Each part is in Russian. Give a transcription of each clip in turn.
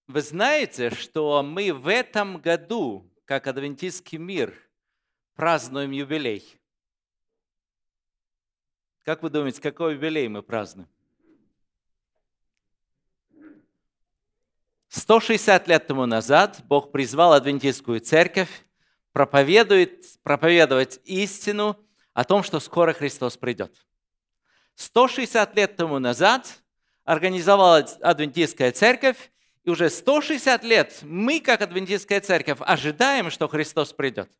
Вы знаете, что мы в этом году, как адвентистский мир, празднуем юбилей? Как вы думаете, какой юбилей мы празднуем? 160 лет тому назад Бог призвал адвентистскую церковь проповедовать истину о том, что скоро Христос придет. 160 лет тому назад организовалась адвентистская церковь, и уже 160 лет мы, как адвентистская церковь, ожидаем, что Христос придет.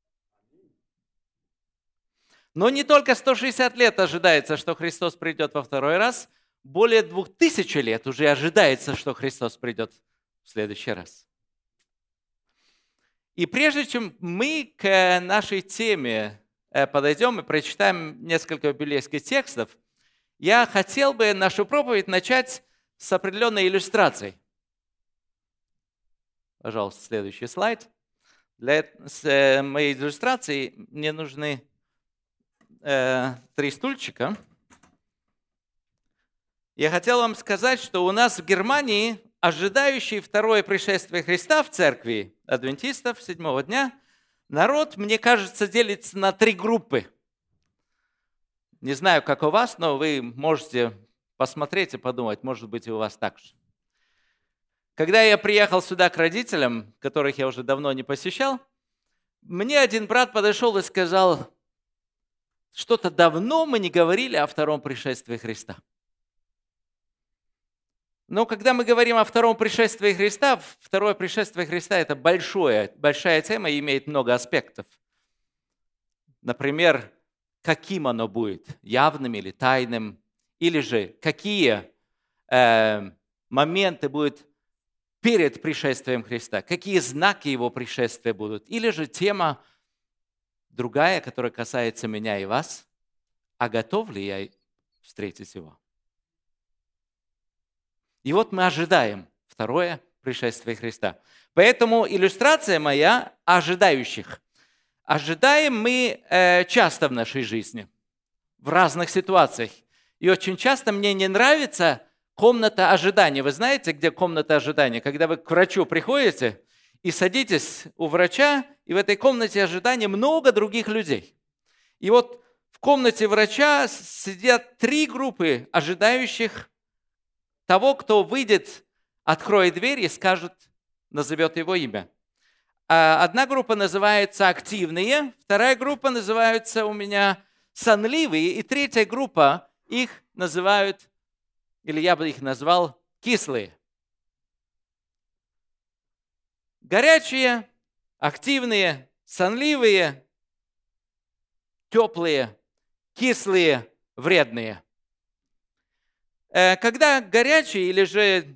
Но не только 160 лет ожидается, что Христос придет во второй раз, более 2000 лет уже ожидается, что Христос придет в следующий раз. И прежде чем мы к нашей теме подойдем и прочитаем несколько библейских текстов, я хотел бы нашу проповедь начать с определенной иллюстрацией. Пожалуйста, следующий слайд. Для моей иллюстрации мне нужны 3 стульчика. Я хотел вам сказать, что у нас в Германии ожидающий второе пришествие Христа в церкви адвентистов 7-го дня народ, мне кажется, делится на 3 группы. Не знаю, как у вас, но вы можете посмотреть и подумать, может быть, и у вас так же. Когда я приехал сюда к родителям, которых я уже давно не посещал, мне один брат подошел и сказал: что-то давно мы не говорили о втором пришествии Христа. Но когда мы говорим о втором пришествии Христа, второе пришествие Христа – это большая тема и имеет много аспектов. Например, каким оно будет, явным или тайным, или же какие моменты будут перед пришествием Христа, какие знаки Его пришествия будут, или же тема другая, которая касается меня и вас, а готов ли я встретить Его? И вот мы ожидаем второе пришествие Христа. Поэтому иллюстрация моя ожидающих. Ожидаем мы часто в нашей жизни, в разных ситуациях. И очень часто мне не нравится комната ожидания. Вы знаете, где комната ожидания? Когда вы к врачу приходите и садитесь у врача, и в этой комнате ожидания много других людей. И вот в комнате врача сидят 3 группы ожидающих того, кто выйдет, откроет дверь и скажет, назовет его имя. Одна группа называется активные, вторая группа называется у меня сонливые, и третья группа их называют, или я бы их назвал, кислые. Горячие, активные, сонливые, теплые, кислые, вредные. Когда горячие или же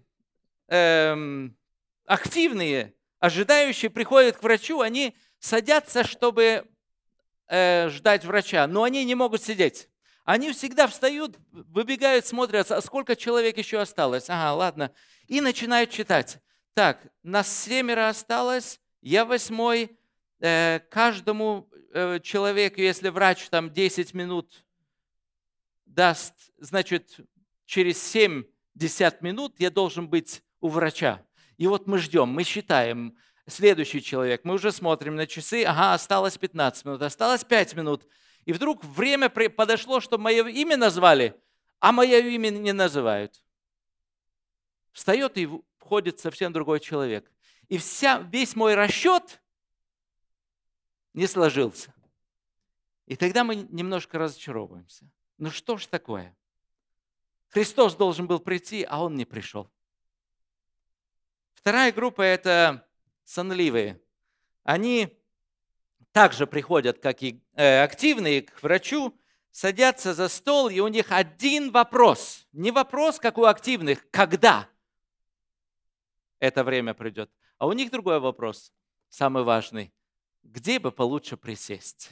активные, ожидающие приходят к врачу, они садятся, чтобы ждать врача, но они не могут сидеть. Они всегда встают, выбегают, смотрят, а сколько человек еще осталось. Ага, ладно. И начинают читать. Так, нас 7 осталось, я 8. Каждому человеку, если врач там 10 минут даст, значит, через 70 минут я должен быть у врача. И вот мы ждем, мы считаем. Следующий человек, мы уже смотрим на часы. Ага, осталось 15 минут, осталось 5 минут. И вдруг время подошло, что мое имя назвали, а мое имя не называют. Встает и входит совсем другой человек. И весь мой расчет не сложился. И тогда мы немножко разочаровываемся. Ну что ж такое? Христос должен был прийти, а Он не пришел. Вторая группа – это сонливые. Они также приходят, как и активные, к врачу, садятся за стол, и у них один вопрос. Не вопрос, как у активных, когда это время придет, а у них другой вопрос, самый важный. Где бы получше присесть?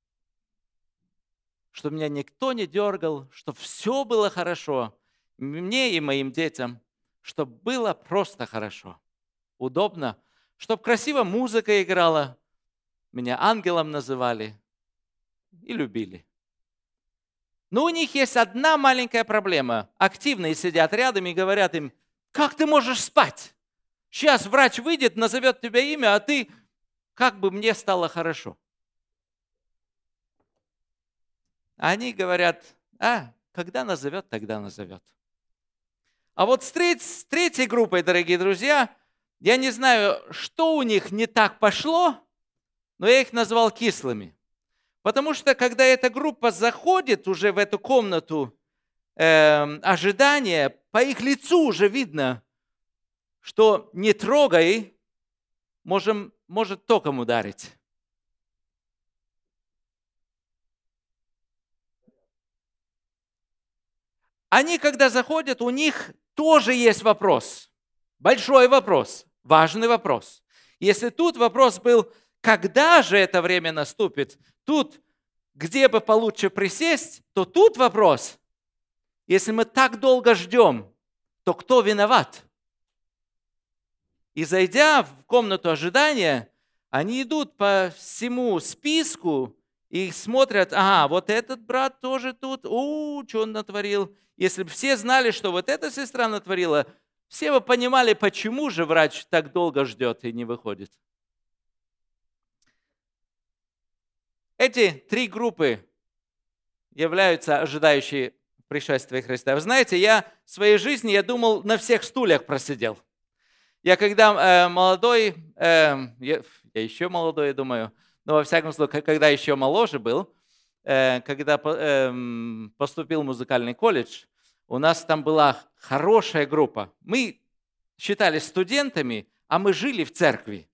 Чтобы меня никто не дергал, чтобы все было хорошо, мне и моим детям, чтобы было просто хорошо, удобно, чтобы красиво музыка играла, меня ангелом называли и любили. Но у них есть одна маленькая проблема. Активные сидят рядом и говорят им: как ты можешь спать? Сейчас врач выйдет, назовет тебе имя, а ты, как бы мне стало хорошо. Они говорят, когда назовет, тогда назовет. А вот с третьей группой, дорогие друзья, я не знаю, что у них не так пошло, но я их назвал кислыми. Потому что, когда эта группа заходит уже в эту комнату ожидания, по их лицу уже видно, что не трогай, может током ударить. Они, когда заходят, у них тоже есть вопрос. Большой вопрос, важный вопрос. Если тут вопрос был, когда же это время наступит, тут, где бы получше присесть, то тут вопрос, если мы так долго ждем, то кто виноват? И зайдя в комнату ожидания, они идут по всему списку и смотрят, вот этот брат тоже тут, что он натворил. Если бы все знали, что вот эта сестра натворила, все бы понимали, почему же врач так долго ждет и не выходит. Эти три группы являются ожидающие пришествия Христа. Вы знаете, я в своей жизни, я думал, на всех стульях просидел. Я когда молодой, я еще молодой, я думаю, но во всяком случае, когда еще моложе был, когда поступил в музыкальный колледж, у нас там была хорошая группа. Мы считались студентами, а мы жили в церкви.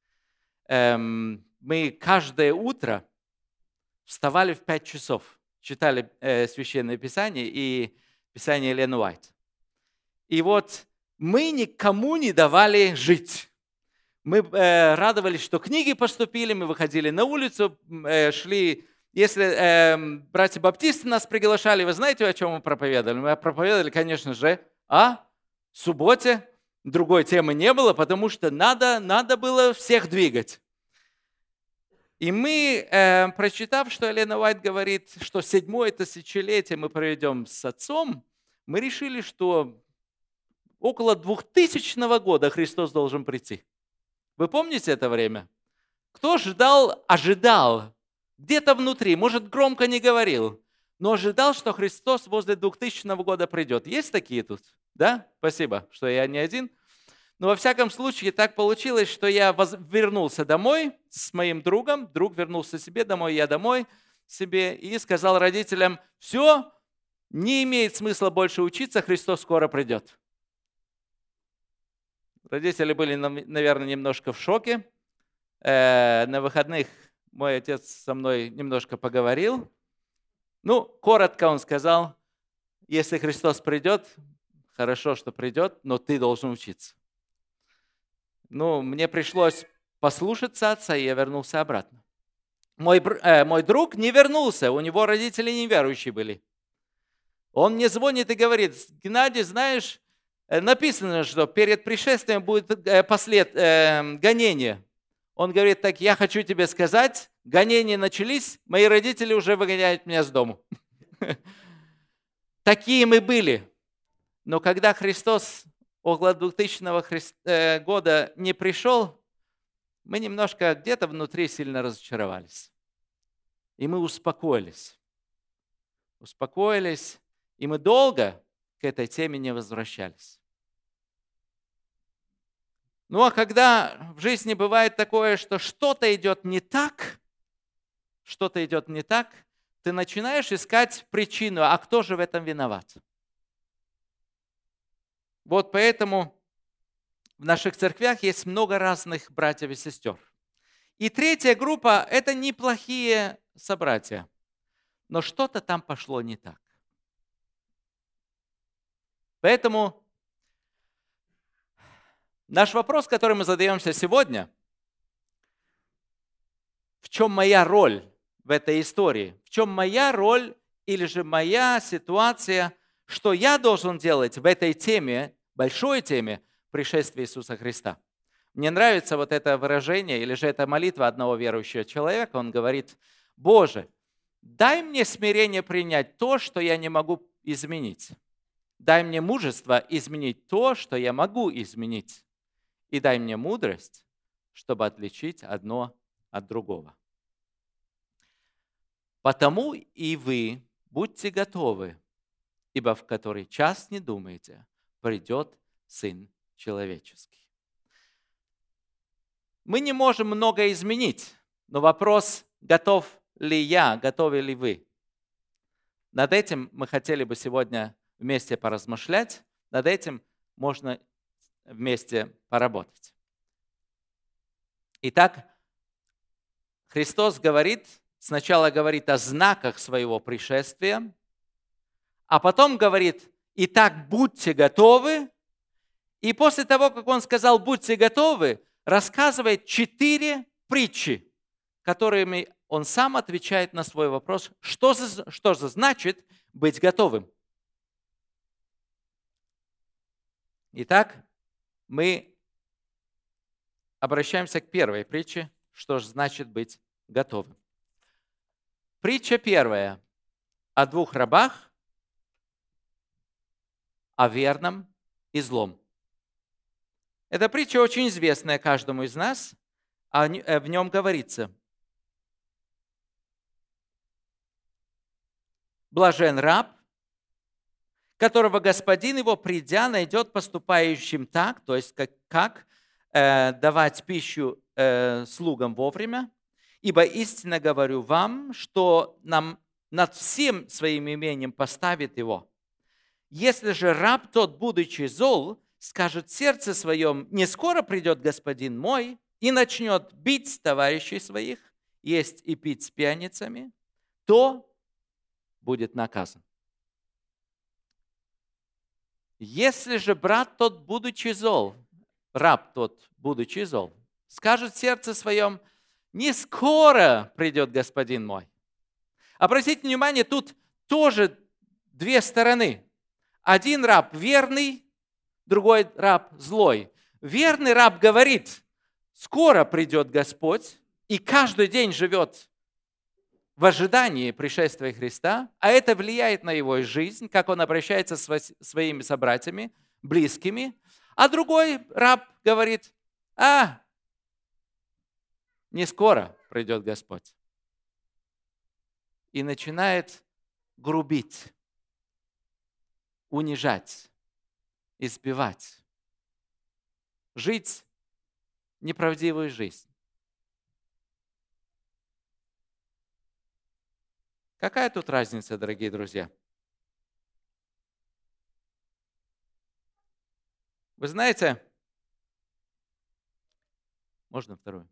Мы каждое утро вставали в 5 часов, читали Священное Писание и Писание Эллен Уайт. И вот мы никому не давали жить. Мы радовались, что книги поступили, мы выходили на улицу, шли. Если братья-баптисты нас приглашали, вы знаете, о чем мы проповедовали? Мы проповедовали, конечно же, о субботе. Другой темы не было, потому что надо было всех двигать. И мы, прочитав, что Эллен Уайт говорит, что 7-е тысячелетие мы проведем с отцом, мы решили, что около 2000 года Христос должен прийти. Вы помните это время? Кто ожидал, где-то внутри, может, громко не говорил, но ожидал, что Христос возле 2000 года придет. Есть такие тут? Да? Спасибо, что я не один. Но во всяком случае так получилось, что я вернулся домой с моим другом, друг вернулся себе домой, я домой себе, и сказал родителям, все, не имеет смысла больше учиться, Христос скоро придет. Родители были, наверное, немножко в шоке. На выходных мой отец со мной немножко поговорил. Коротко он сказал, если Христос придет, хорошо, что придет, но ты должен учиться. Мне пришлось послушаться отца, и я вернулся обратно. Мой друг не вернулся, у него родители неверующие были. Он мне звонит и говорит, Геннадий, знаешь, написано, что перед пришествием будет гонение. Он говорит, так я хочу тебе сказать, гонения начались, мои родители уже выгоняют меня с дому. Такие мы были. Но когда Христос около 2000 года не пришел, мы немножко где-то внутри сильно разочаровались. И мы успокоились. И мы долго к этой теме не возвращались. А когда в жизни бывает такое, что что-то идет не так, ты начинаешь искать причину, а кто же в этом виноват? Вот поэтому в наших церквях есть много разных братьев и сестер. И третья группа – это неплохие собратья, но что-то там пошло не так. Поэтому наш вопрос, который мы задаемся сегодня, в чем моя роль в этой истории? В чем моя роль или же моя ситуация, что я должен делать в этой теме, большой теме пришествия Иисуса Христа? Мне нравится вот это выражение, или же это молитва одного верующего человека. Он говорит, Боже, дай мне смирение принять то, что я не могу изменить. Дай мне мужество изменить то, что я могу изменить. и дай мне мудрость, чтобы отличить одно от другого. Потому и вы будьте готовы, ибо в который час не думаете, придет Сын Человеческий. Мы не можем многое изменить, но вопрос, готов ли я, готовы ли вы? Над этим мы хотели бы сегодня вместе поразмышлять, над этим можно вместе поработать. Итак, Христос сначала говорит о знаках своего пришествия, а потом говорит: итак, будьте готовы. И после того, как Он сказал «будьте готовы», рассказывает 4 притчи, которыми Он сам отвечает на свой вопрос, что же значит быть готовым. Итак, мы обращаемся к первой притче, что же значит быть готовым. Притча первая о 2 рабах, о верном и злом. Эта притча очень известная каждому из нас, в нем говорится: блажен раб, которого господин его, придя, найдет поступающим так, то есть как давать пищу слугам вовремя, ибо истинно говорю вам, что нам над всем своим имением поставит его. Если же раб тот, будучи зол, скажет в сердце своем: не скоро придет господин мой, и начнет бить товарищей своих, есть и пить с пьяницами, то будет наказан. Если же брат тот, будучи зол, раб тот, будучи зол, скажет в сердце своем: не скоро придет господин мой. Обратите внимание, тут тоже 2 стороны. Один раб верный, другой раб злой. Верный раб говорит: скоро придет Господь, и каждый день живет в ожидании пришествия Христа, а это влияет на его жизнь, как он обращается с своими собратьями, близкими. А другой раб говорит: не скоро придет Господь. И начинает грубить, унижать, избивать, жить неправдивую жизнь. Какая тут разница, дорогие друзья? Вы знаете, можно вторую?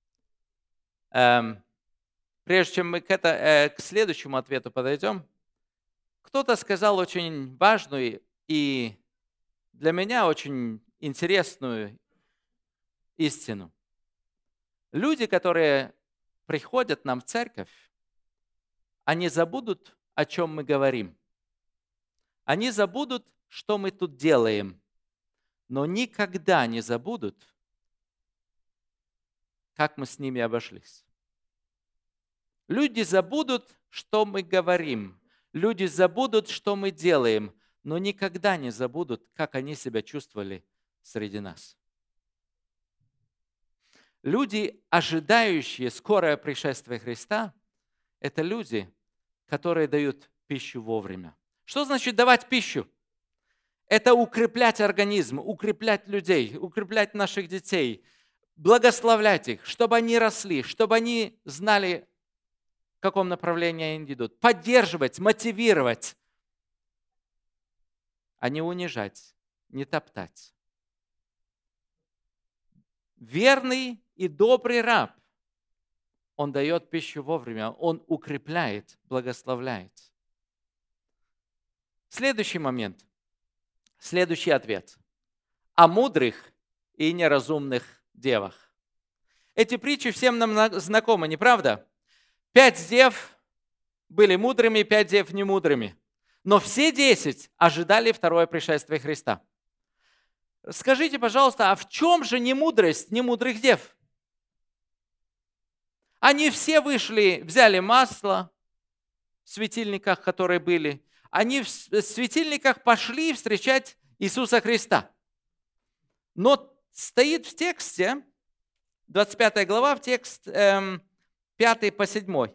Прежде чем мы к следующему ответу подойдем, кто-то сказал очень важную и для меня очень интересную истину. Люди, которые приходят к нам в церковь, они забудут, о чем мы говорим. Они забудут, что мы тут делаем, но никогда не забудут, как мы с ними обошлись. Люди забудут, что мы говорим. Люди забудут, что мы делаем, но никогда не забудут, как они себя чувствовали среди нас. Люди, ожидающие скорое пришествие Христа, это люди, которые дают пищу вовремя. Что значит давать пищу? Это укреплять организм, укреплять людей, укреплять наших детей, благословлять их, чтобы они росли, чтобы они знали, в каком направлении они идут, поддерживать, мотивировать, а не унижать, не топтать. Верный и добрый раб, он дает пищу вовремя, он укрепляет, благословляет. Следующий момент, следующий ответ. О мудрых и неразумных девах. Эти притчи всем нам знакомы, не правда? 5 дев были мудрыми, 5 дев немудрыми. Но все 10 ожидали второе пришествие Христа. Скажите, пожалуйста, а в чем же немудрость немудрых дев? Они все вышли, взяли масло в светильниках, которые были. Они в светильниках пошли встречать Иисуса Христа. Но стоит в тексте, 25 глава, в текст 5 по 7,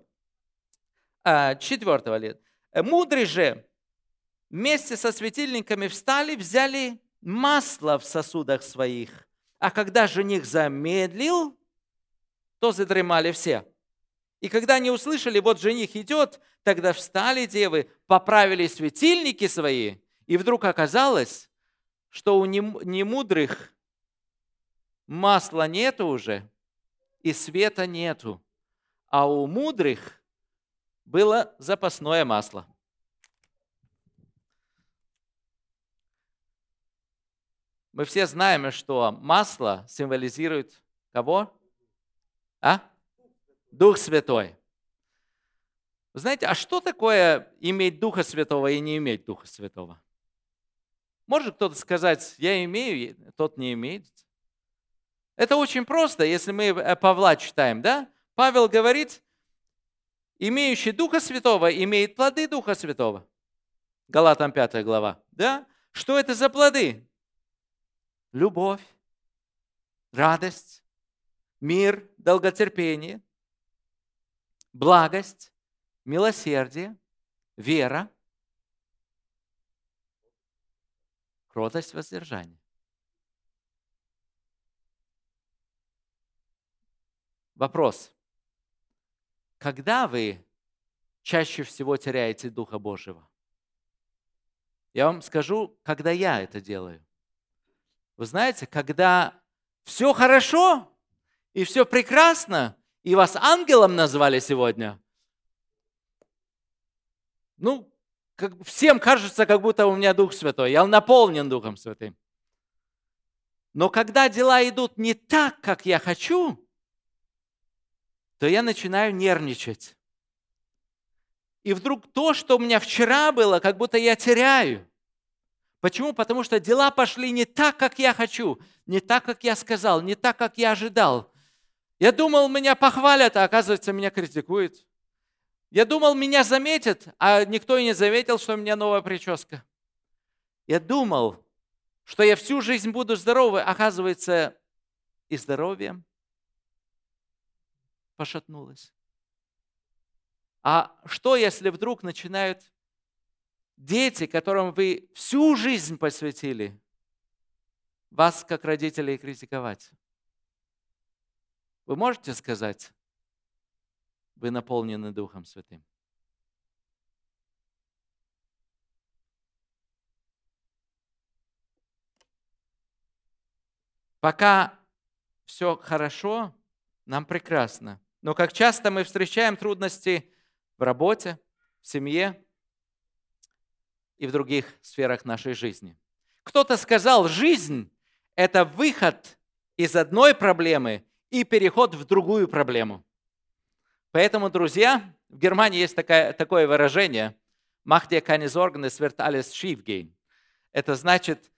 4 лет. Мудрые же вместе со светильниками встали, взяли масло в сосудах своих, а когда жених замедлил, то задремали все. И когда они услышали, вот жених идет, тогда встали девы, поправили светильники свои, и вдруг оказалось, что у немудрых масла нету уже, и света нету, а у мудрых было запасное масло. Мы все знаем, что масло символизирует кого? Дух Святой. Вы знаете, а что такое иметь Духа Святого и не иметь Духа Святого? Может кто-то сказать, я имею, тот не имеет? Это очень просто, если мы Павла читаем, да? Павел говорит, имеющий Духа Святого имеет плоды Духа Святого. Галатам 5 глава, да? Что это за плоды? Любовь, радость, мир, долготерпение, благость, милосердие, вера, кротость, воздержание. Вопрос. Когда вы чаще всего теряете Духа Божьего? Я вам скажу, когда я это делаю. Вы знаете, когда все хорошо и все прекрасно, и вас ангелом назвали сегодня, всем кажется, как будто у меня Дух Святой, я наполнен Духом Святым. Но когда дела идут не так, как я хочу, то я начинаю нервничать. И вдруг то, что у меня вчера было, как будто я теряю. Почему? Потому что дела пошли не так, как я хочу, не так, как я сказал, не так, как я ожидал. Я думал, меня похвалят, а оказывается, меня критикуют. Я думал, меня заметят, а никто и не заметил, что у меня новая прическа. Я думал, что я всю жизнь буду здоровый, оказывается, и здоровье пошатнулось. А что, если вдруг начинают дети, которым вы всю жизнь посвятили, вас, как родителей, критиковать? Вы можете сказать, вы наполнены Духом Святым? Пока все хорошо, нам прекрасно. Но как часто мы встречаем трудности в работе, в семье и в других сферах нашей жизни. Кто-то сказал, жизнь – это выход из одной проблемы и переход в другую проблему. Поэтому, друзья, в Германии есть такое выражение «Mach dir keine Sorgen, es wird alles schief gehen». Это значит,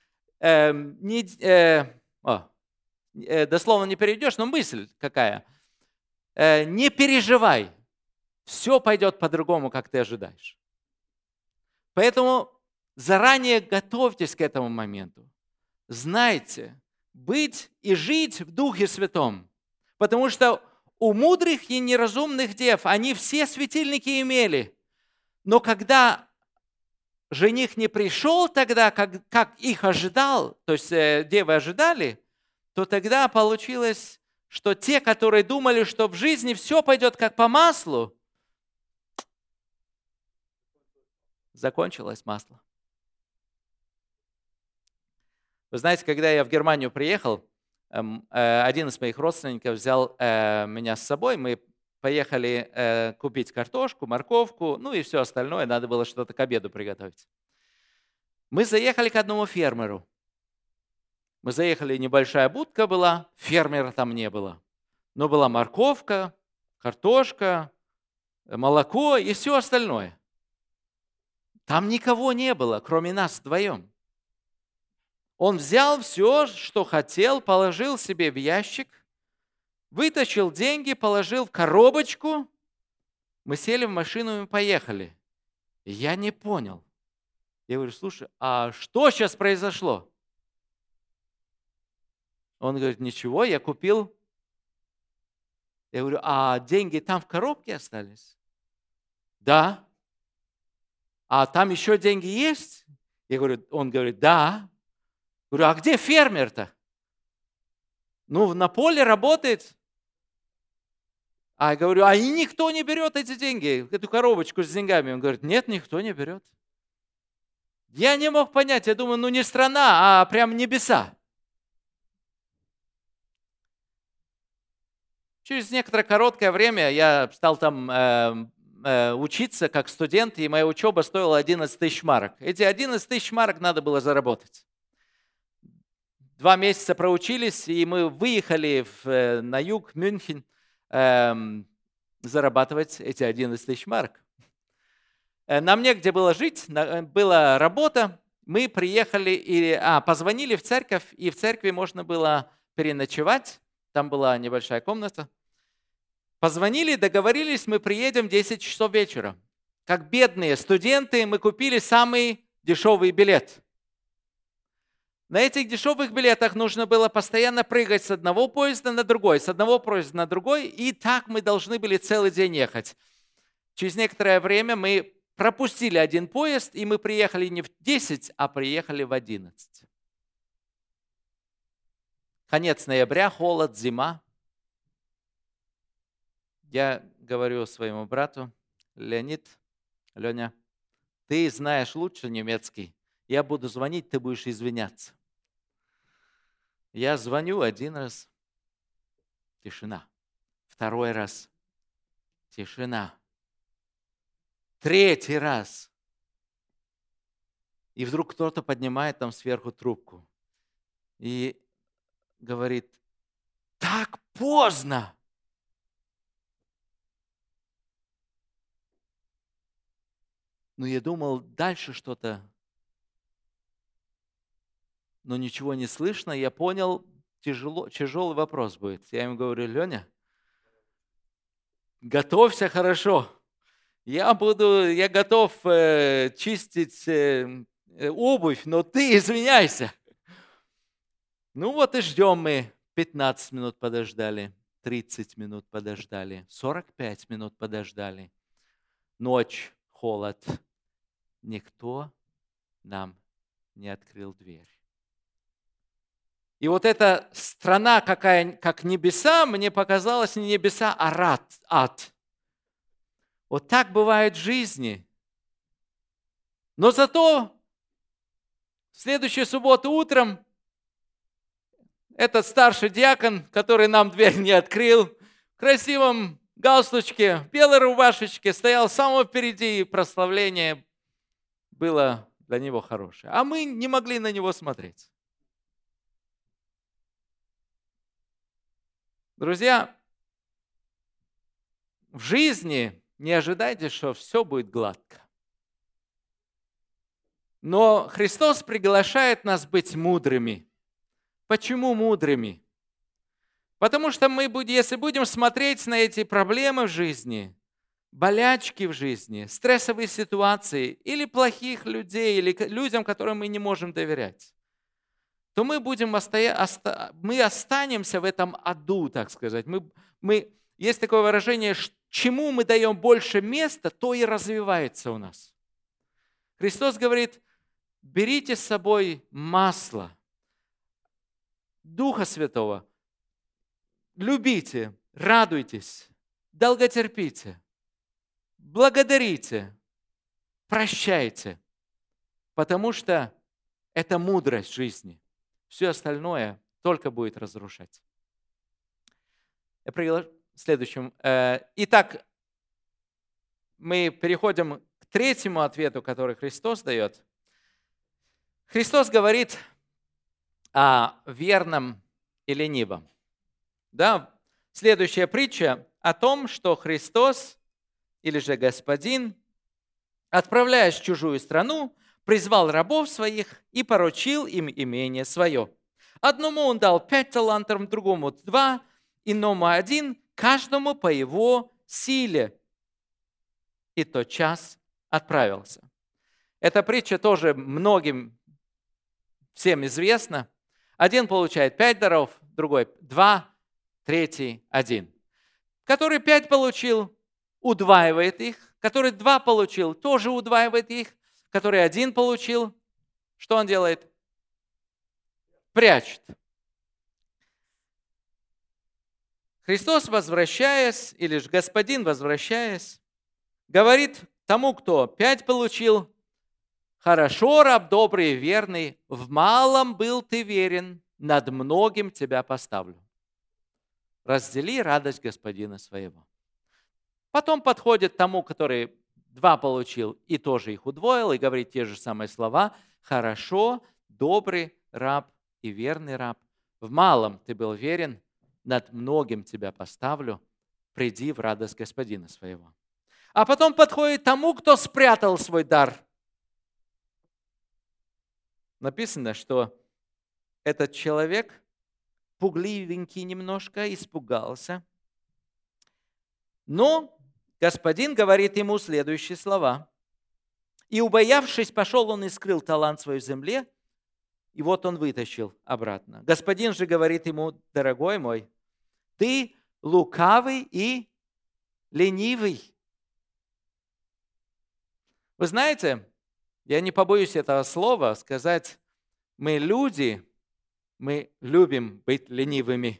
дословно не перейдешь, но мысль какая. Не переживай, все пойдет по-другому, как ты ожидаешь. Поэтому заранее готовьтесь к этому моменту. Знайте, быть и жить в Духе Святом. Потому что у мудрых и неразумных дев они все светильники имели. Но когда жених не пришел тогда, как их ожидал, то есть девы ожидали, то тогда получилось, что те, которые думали, что в жизни все пойдет как по маслу, закончилось масло. Вы знаете, когда я в Германию приехал, один из моих родственников взял меня с собой, мы поехали купить картошку, морковку, и все остальное, надо было что-то к обеду приготовить. Мы заехали к одному фермеру. Мы заехали, небольшая будка была, фермера там не было. Но была морковка, картошка, молоко и все остальное. Там никого не было, кроме нас вдвоем. Он взял все, что хотел, положил себе в ящик, вытащил деньги, положил в коробочку. Мы сели в машину и поехали. Я не понял. Я говорю, слушай, а что сейчас произошло? Он говорит, ничего, я купил. Я говорю, а деньги там в коробке остались? Да. А там еще деньги есть? Он говорит, да. Я говорю, а где фермер-то? Ну, на поле работает. А я говорю, и никто не берет эти деньги, эту коробочку с деньгами. Он говорит, нет, никто не берет. Я не мог понять, я думаю, не страна, а прям небеса. Через некоторое короткое время я стал там учиться как студент, и моя учеба стоила 11 тысяч марок. Эти 11 тысяч марок надо было заработать. 2 месяца проучились, и мы выехали на юг, Мюнхен, зарабатывать эти 11 тысяч марок. Нам негде было жить, была работа. Мы приехали и позвонили в церковь, и в церкви можно было переночевать. Там была небольшая комната. Позвонили, договорились, мы приедем в 10 часов вечера. Как бедные студенты, мы купили самый дешевый билет. На этих дешевых билетах нужно было постоянно прыгать с одного поезда на другой, с одного поезда на другой, и так мы должны были целый день ехать. Через некоторое время мы пропустили один поезд, и мы приехали не в 10, а приехали в 11. Конец ноября, холод, зима. Я говорю своему брату, Леонид, Леня, ты знаешь лучше немецкий, я буду звонить, ты будешь извиняться. Я звоню 1 раз, тишина. 2 раз, тишина. 3 раз. И вдруг кто-то поднимает там сверху трубку и говорит, так поздно. Я думал, дальше что-то, но ничего не слышно. Я понял, тяжелый вопрос будет. Я ему говорю, Леня, готовься хорошо. Я готов чистить обувь, но ты извиняйся. И ждем мы. 15 минут подождали, 30 минут подождали, 45 минут подождали. Ночь, холод. Никто нам не открыл дверь. И эта страна, как небеса, мне показалось не небеса, а ад. Так бывает в жизни. Но зато в следующую субботу утром этот старший диакон, который нам дверь не открыл, в красивом галстучке, в белой рубашечке, стоял самого впереди, и прославление было для него хорошее. А мы не могли на него смотреть. Друзья, в жизни не ожидайте, что все будет гладко. Но Христос приглашает нас быть мудрыми. Почему мудрыми? Потому что если будем смотреть на эти проблемы в жизни, болячки в жизни, стрессовые ситуации или плохих людей, или людям, которым мы не можем доверять, то мы останемся в этом аду, так сказать. Есть такое выражение, чему мы даем больше места, то и развивается у нас. Христос говорит, берите с собой масло Духа Святого, любите, радуйтесь, долготерпите, благодарите, прощайте, потому что это мудрость жизни. Все остальное только будет разрушать. Я приглашаю следующему. Итак, мы переходим к 3-му ответу, который Христос дает. Христос говорит о верном и ленивом. Да? Следующая притча о том, что Христос, или же Господин, отправляясь в чужую страну, призвал рабов своих и поручил им имение свое. Одному он дал 5 талантов, другому 2, иному 1, каждому по его силе. И тотчас отправился. Эта притча тоже всем известна. Один получает 5 даров, другой. 2, 3, 1. Который 5 получил, удваивает их. Который 2 получил, тоже удваивает их. Который 1 получил, что он делает? Прячет. Христос, возвращаясь, или же Господин, возвращаясь, говорит тому, кто 5 получил: «Хорошо, раб добрый и верный, в малом был ты верен, над многим тебя поставлю. Раздели радость господина своего». Потом подходит тому, который 2 получил и тоже их удвоил, и говорит те же самые слова: «Хорошо, добрый раб и верный раб, в малом ты был верен, над многим тебя поставлю, приди в радость господина своего». А потом подходит тому, кто спрятал свой дар. Написано, что этот человек, пугливенький немножко, испугался. Но господин говорит ему следующие слова. «И, убоявшись, пошел он и скрыл талант свой в земле, и вот он вытащил обратно. Господин же говорит ему: дорогой мой, ты лукавый и ленивый». Вы знаете, я не побоюсь этого слова сказать, мы люди, мы любим быть ленивыми.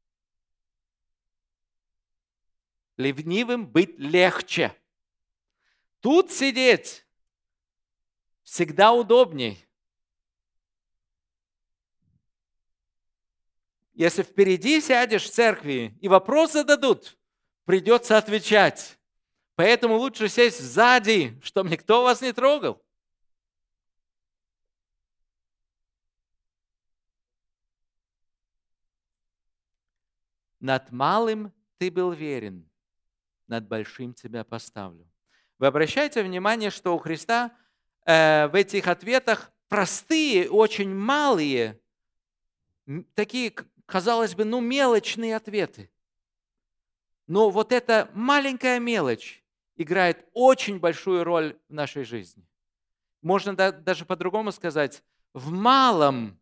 Ленивым быть легче. Тут сидеть всегда удобней. Если впереди сядешь в церкви и вопросы зададут, придется отвечать. Поэтому лучше сесть сзади, чтобы никто вас не трогал. Над малым ты был верен, над большим тебя поставлю. Вы обращаете внимание, что у Христа в этих ответах простые, очень малые, такие, казалось бы, мелочные ответы. Но вот эта маленькая мелочь играет очень большую роль в нашей жизни. Можно даже по-другому сказать, в малом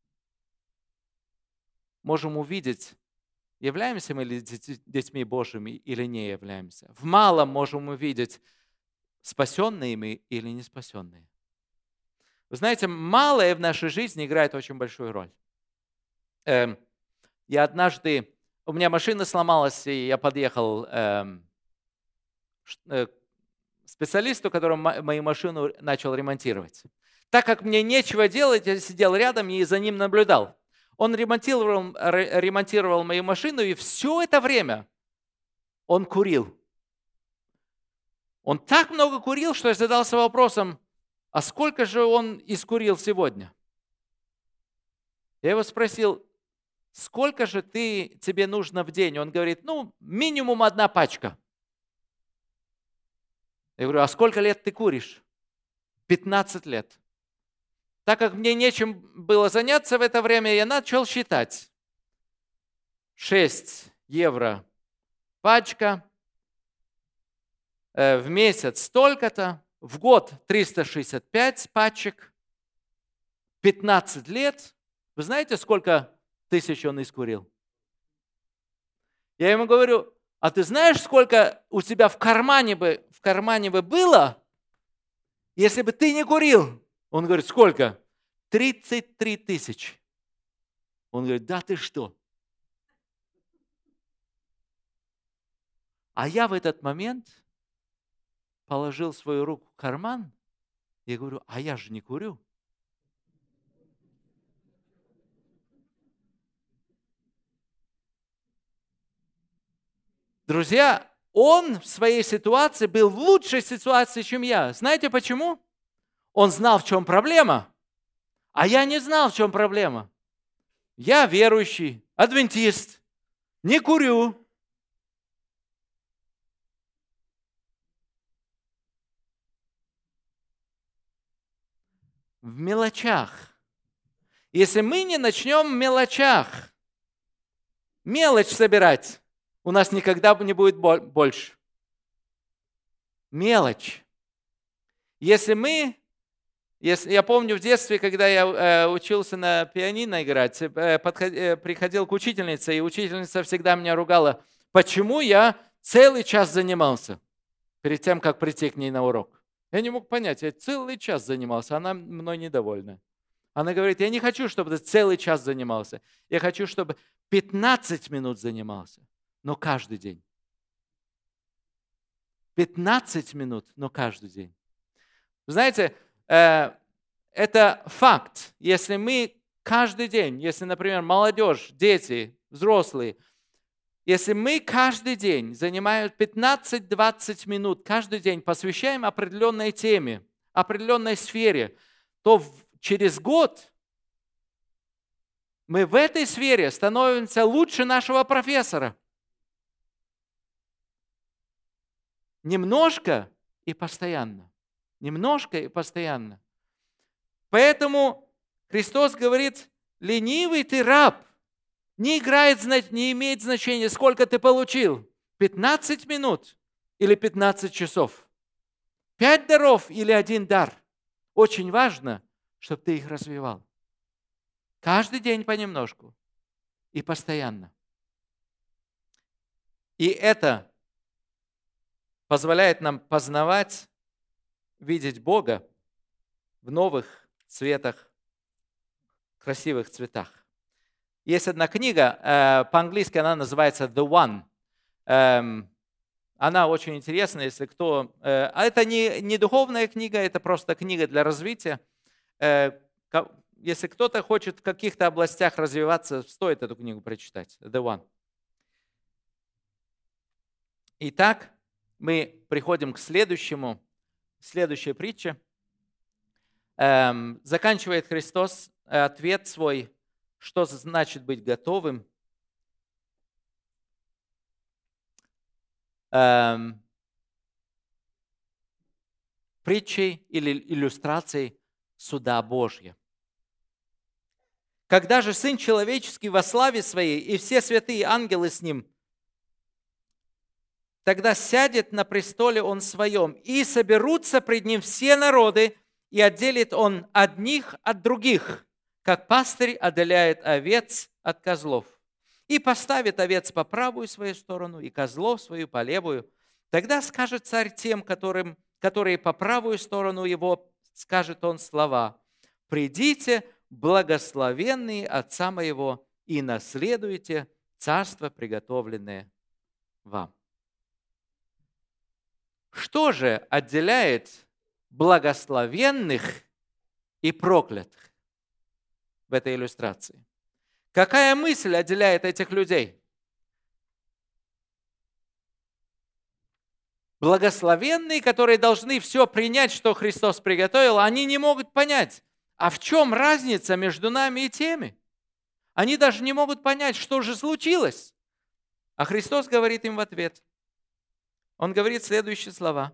можем увидеть, являемся мы ли детьми Божьими или не являемся. В малом можем увидеть, спасенные мы или не спасенные. Вы знаете, малое в нашей жизни играет очень большую роль. Я однажды, у меня машина сломалась, и я подъехал специалисту, который мою машину начал ремонтировать. Так как мне нечего делать, я сидел рядом и за ним наблюдал. Он ремонтировал мою машину, и все это время он курил. Он так много курил, что я задался вопросом, а сколько же он искурил сегодня? Я его спросил, сколько же тебе нужно в день? Он говорит, минимум 1 пачка. Я говорю, а сколько лет ты куришь? 15 лет. Так как мне нечем было заняться в это время, я начал считать. 6 евро пачка, в месяц столько-то, в год 365 пачек, 15 лет. Вы знаете, сколько тысяч он искурил? Я ему говорю, а ты знаешь, сколько у тебя в кармане бы было, если бы ты не курил? Он говорит, сколько? 33 тысячи. Он говорит, да ты что? А я в этот момент положил свою руку в карман и говорю, а я же не курю. Друзья, он в своей ситуации был в лучшей ситуации, чем я. Знаете почему? Он знал, в чем проблема, а я не знал, в чем проблема. Я верующий, адвентист, не курю. В мелочах. Если мы не начнем в мелочах, мелочь собирать, у нас никогда не будет больше. Мелочь. Если мы Я помню в детстве, когда я учился на пианино играть, приходил к учительнице, и учительница всегда меня ругала, почему я целый час занимался перед тем, как прийти к ней на урок. Я не мог понять, я целый час занимался, она мной недовольна. Она говорит, я не хочу, чтобы ты целый час занимался. Я хочу, чтобы 15 минут занимался, но каждый день. 15 минут, но каждый день. Знаете, это факт. Если мы каждый день, если, например, молодежь, дети, взрослые, если мы каждый день занимаем 15-20 минут, каждый день посвящаем определенной теме, определенной сфере, то через год мы в этой сфере становимся лучше нашего профессора. Немножко и постоянно. Немножко и постоянно. Поэтому Христос говорит, ленивый ты раб, не имеет значения, сколько ты получил. 15 минут или 15 часов. 5 даров или 1 дар. Очень важно, чтобы ты их развивал. Каждый день понемножку и постоянно. И это позволяет нам познавать, видеть Бога в новых цветах, красивых цветах. Есть одна книга, по-английски она называется «The One». Она очень интересная, если кто... А это не духовная книга, это просто книга для развития. Если кто-то хочет в каких-то областях развиваться, стоит эту книгу прочитать. «The One». Итак, мы приходим к следующей притче. Заканчивает Христос ответ свой, что значит быть готовым. Притчей или иллюстрацией суда Божьего. Когда же Сын Человеческий во славе Своей и все святые ангелы с Ним, тогда сядет на престоле Он Своем, и соберутся пред Ним все народы, и отделит Он одних от других, как пастырь отделяет овец от козлов, и поставит овец по правую свою сторону, и козлов свою по левую. Тогда скажет царь тем, которые по правую сторону его, скажет он слова: «Придите, благословенные Отца моего, и наследуйте царство, приготовленное вам». Что же отделяет благословенных и проклятых в этой иллюстрации? Какая мысль отделяет этих людей? Благословенные, которые должны все принять, что Христос приготовил, они не могут понять, а в чем разница между нами и теми? Они даже не могут понять, что же случилось. А Христос говорит им в ответ. Он говорит следующие слова.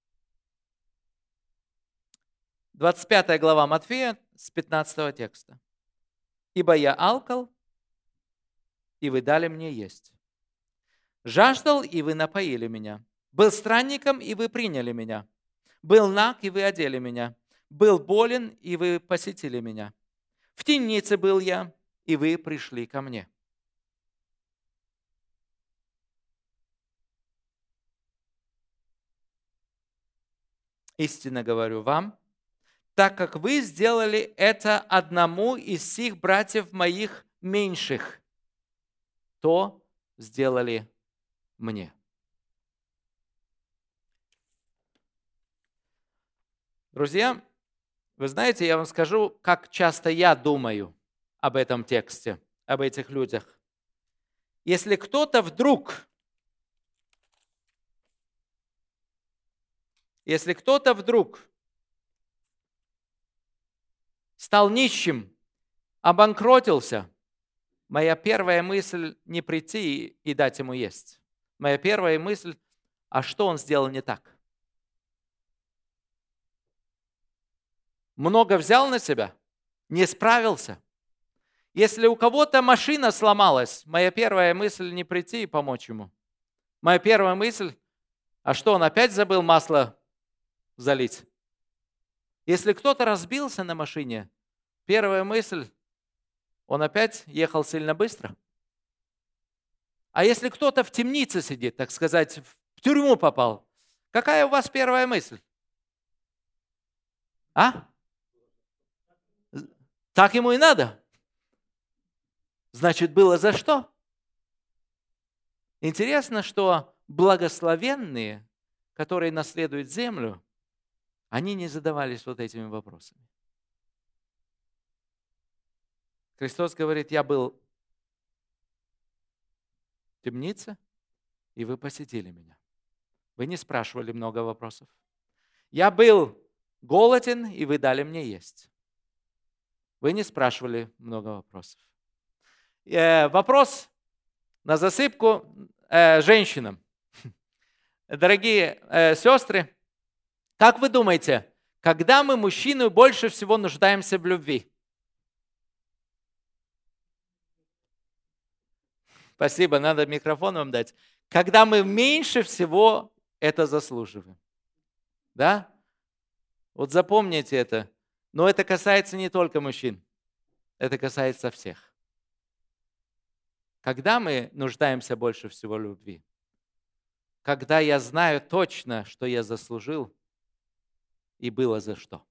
25 глава Матфея с 15 текста. «Ибо я алкал, и вы дали мне есть. Жаждал, и вы напоили меня. Был странником, и вы приняли меня. Был наг, и вы одели меня. Был болен, и вы посетили меня. В темнице был я, и вы пришли ко мне». Истинно говорю вам, так как вы сделали это одному из сих братьев моих меньших, то сделали мне. Друзья, вы знаете, я вам скажу, как часто я думаю об этом тексте, об этих людях. Если кто-то вдруг стал нищим, обанкротился, моя первая мысль не прийти и дать ему есть. Моя первая мысль, а что он сделал не так? Много взял на себя? Не справился? Если у кого-то машина сломалась, моя первая мысль не прийти и помочь ему. Моя первая мысль, а что, он опять забыл масло залить? Если кто-то разбился на машине, первая мысль, он опять ехал сильно быстро. А если кто-то в темнице сидит, так сказать, в тюрьму попал, какая у вас первая мысль? А? Так ему и надо. Значит, было за что? Интересно, что благословенные, которые наследуют землю, они не задавались вот этими вопросами. Христос говорит, я был в темнице, и вы посетили меня. Вы не спрашивали много вопросов. Я был голоден, и вы дали мне есть. Вы не спрашивали много вопросов. Вопрос на засыпку женщинам. Дорогие сестры, как вы думаете, когда мы, мужчины, больше всего нуждаемся в любви? Спасибо, надо микрофон вам дать. Когда мы меньше всего это заслуживаем. Да? Вот запомните это. Но это касается не только мужчин. Это касается всех. Когда мы нуждаемся больше всего в любви? Когда я знаю точно, что я заслужил, и было за что.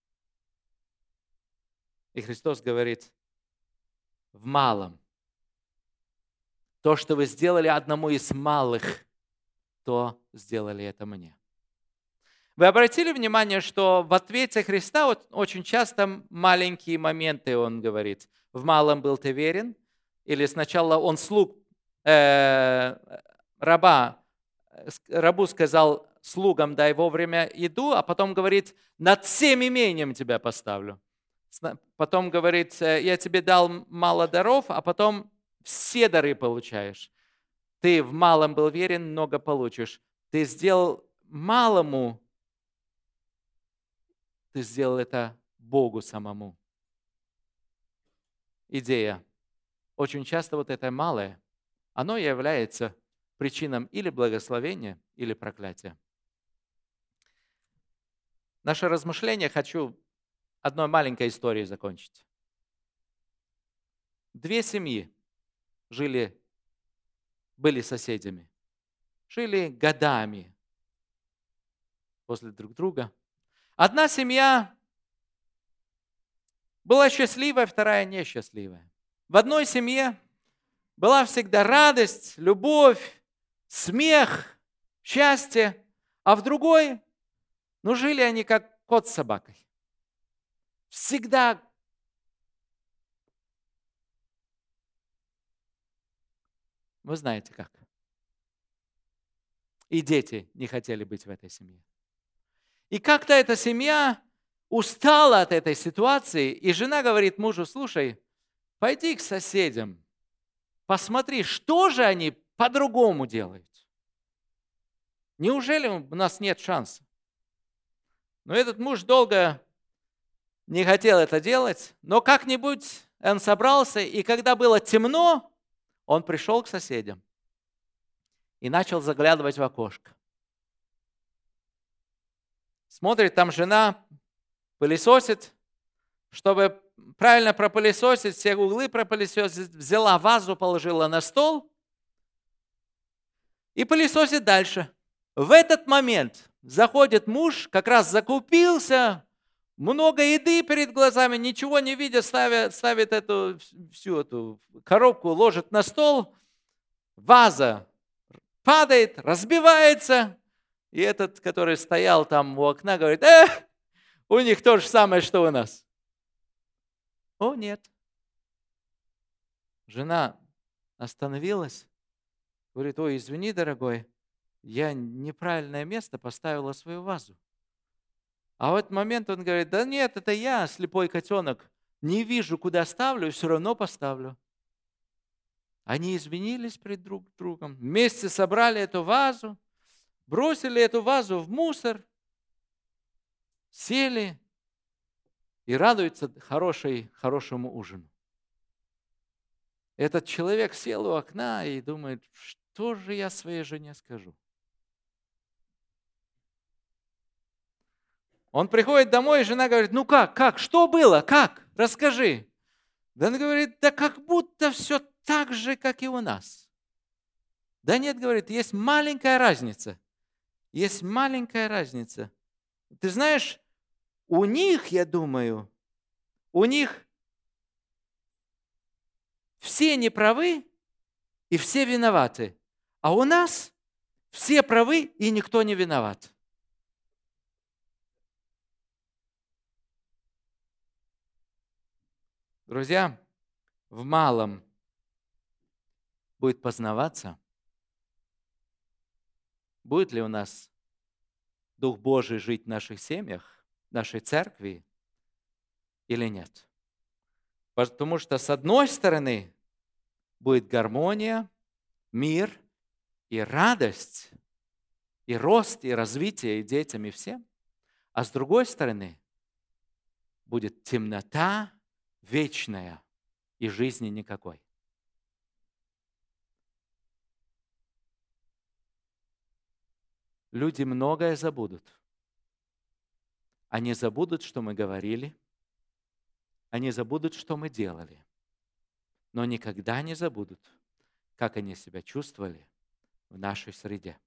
И Христос говорит, в малом. То, что вы сделали одному из малых, то сделали это мне. Вы обратили внимание, что в ответе Христа очень часто маленькие моменты он говорит. В малом был ты верен, или сначала он рабу сказал слугам, дай вовремя еду, а потом говорит, над всем имением тебя поставлю. Потом говорит, я тебе дал мало даров, а потом все дары получаешь. Ты в малом был верен, много получишь. Ты сделал малому, ты сделал это Богу самому. Идея. Очень часто вот это малое, оно является причиной или благословения, или проклятия. Наше размышление хочу одной маленькой историей закончить. 2 семьи были соседями, жили годами возле друг друга. Одна семья была счастливая, вторая несчастливая. В одной семье была всегда радость, любовь, смех, счастье, а в другой, жили они как кот с собакой. Всегда вы знаете как. И дети не хотели быть в этой семье. И как-то эта семья устала от этой ситуации, и жена говорит мужу, слушай, пойди к соседям, посмотри, что же они по-другому делают. Неужели у нас нет шанса? Но этот муж долго не хотел это делать, но как-нибудь он собрался, и когда было темно, он пришел к соседям и начал заглядывать в окошко. Смотрит, там жена пылесосит, чтобы правильно пропылесосить, все углы пропылесосить, взяла вазу, положила на стол и пылесосит дальше. В этот момент заходит муж, как раз закупился, много еды перед глазами, ничего не видя, ставит всю эту коробку, ложит на стол, ваза падает, разбивается, и этот, который стоял там у окна, говорит, у них то же самое, что у нас. О, нет. Жена остановилась, говорит, ой, извини, дорогой, я неправильное место поставила свою вазу. А в этот момент он говорит, да нет, это я, слепой котенок, не вижу, куда ставлю, и все равно поставлю. Они извинились перед друг другом, вместе собрали эту вазу, бросили эту вазу в мусор, сели и радуются хорошему ужину. Этот человек сел у окна и думает, что же я своей жене скажу? Он приходит домой, и жена говорит, ну как, что было, как, расскажи. Да он говорит, да как будто все так же, как и у нас. Да нет, говорит, есть маленькая разница. Есть маленькая разница. Ты знаешь, у них, я думаю, у них все неправы и все виноваты. А у нас все правы и никто не виноват. Друзья, в малом будет познаваться, будет ли у нас Дух Божий жить в наших семьях, в нашей церкви или нет. Потому что с одной стороны будет гармония, мир и радость, и рост, и развитие, и детям, и всем. А с другой стороны будет темнота вечная и жизни никакой. Люди многое забудут. Они забудут, что мы говорили. Они забудут, что мы делали. Но никогда не забудут, как они себя чувствовали в нашей среде.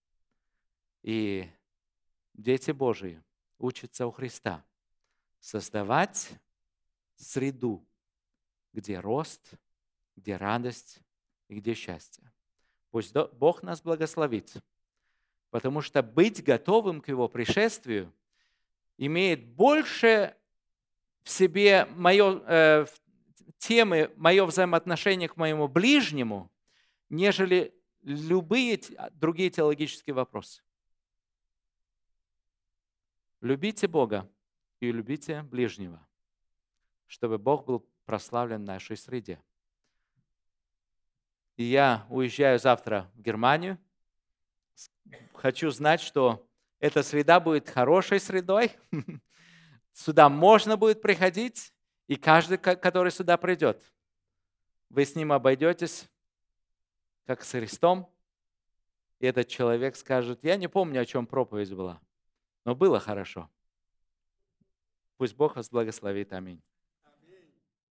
И дети Божии учатся у Христа создавать среду, где рост, где радость и где счастье. Пусть Бог нас благословит, потому что быть готовым к Его пришествию имеет больше в себе темы, мое взаимоотношение к моему ближнему, нежели любые другие теологические вопросы. Любите Бога и любите ближнего, чтобы Бог был прославлен в нашей среде. И я уезжаю завтра в Германию. Хочу знать, что эта среда будет хорошей средой. Сюда можно будет приходить, и каждый, который сюда придет, вы с ним обойдетесь, как с Христом. И этот человек скажет, я не помню, о чем проповедь была, но было хорошо. Пусть Бог вас благословит. Аминь.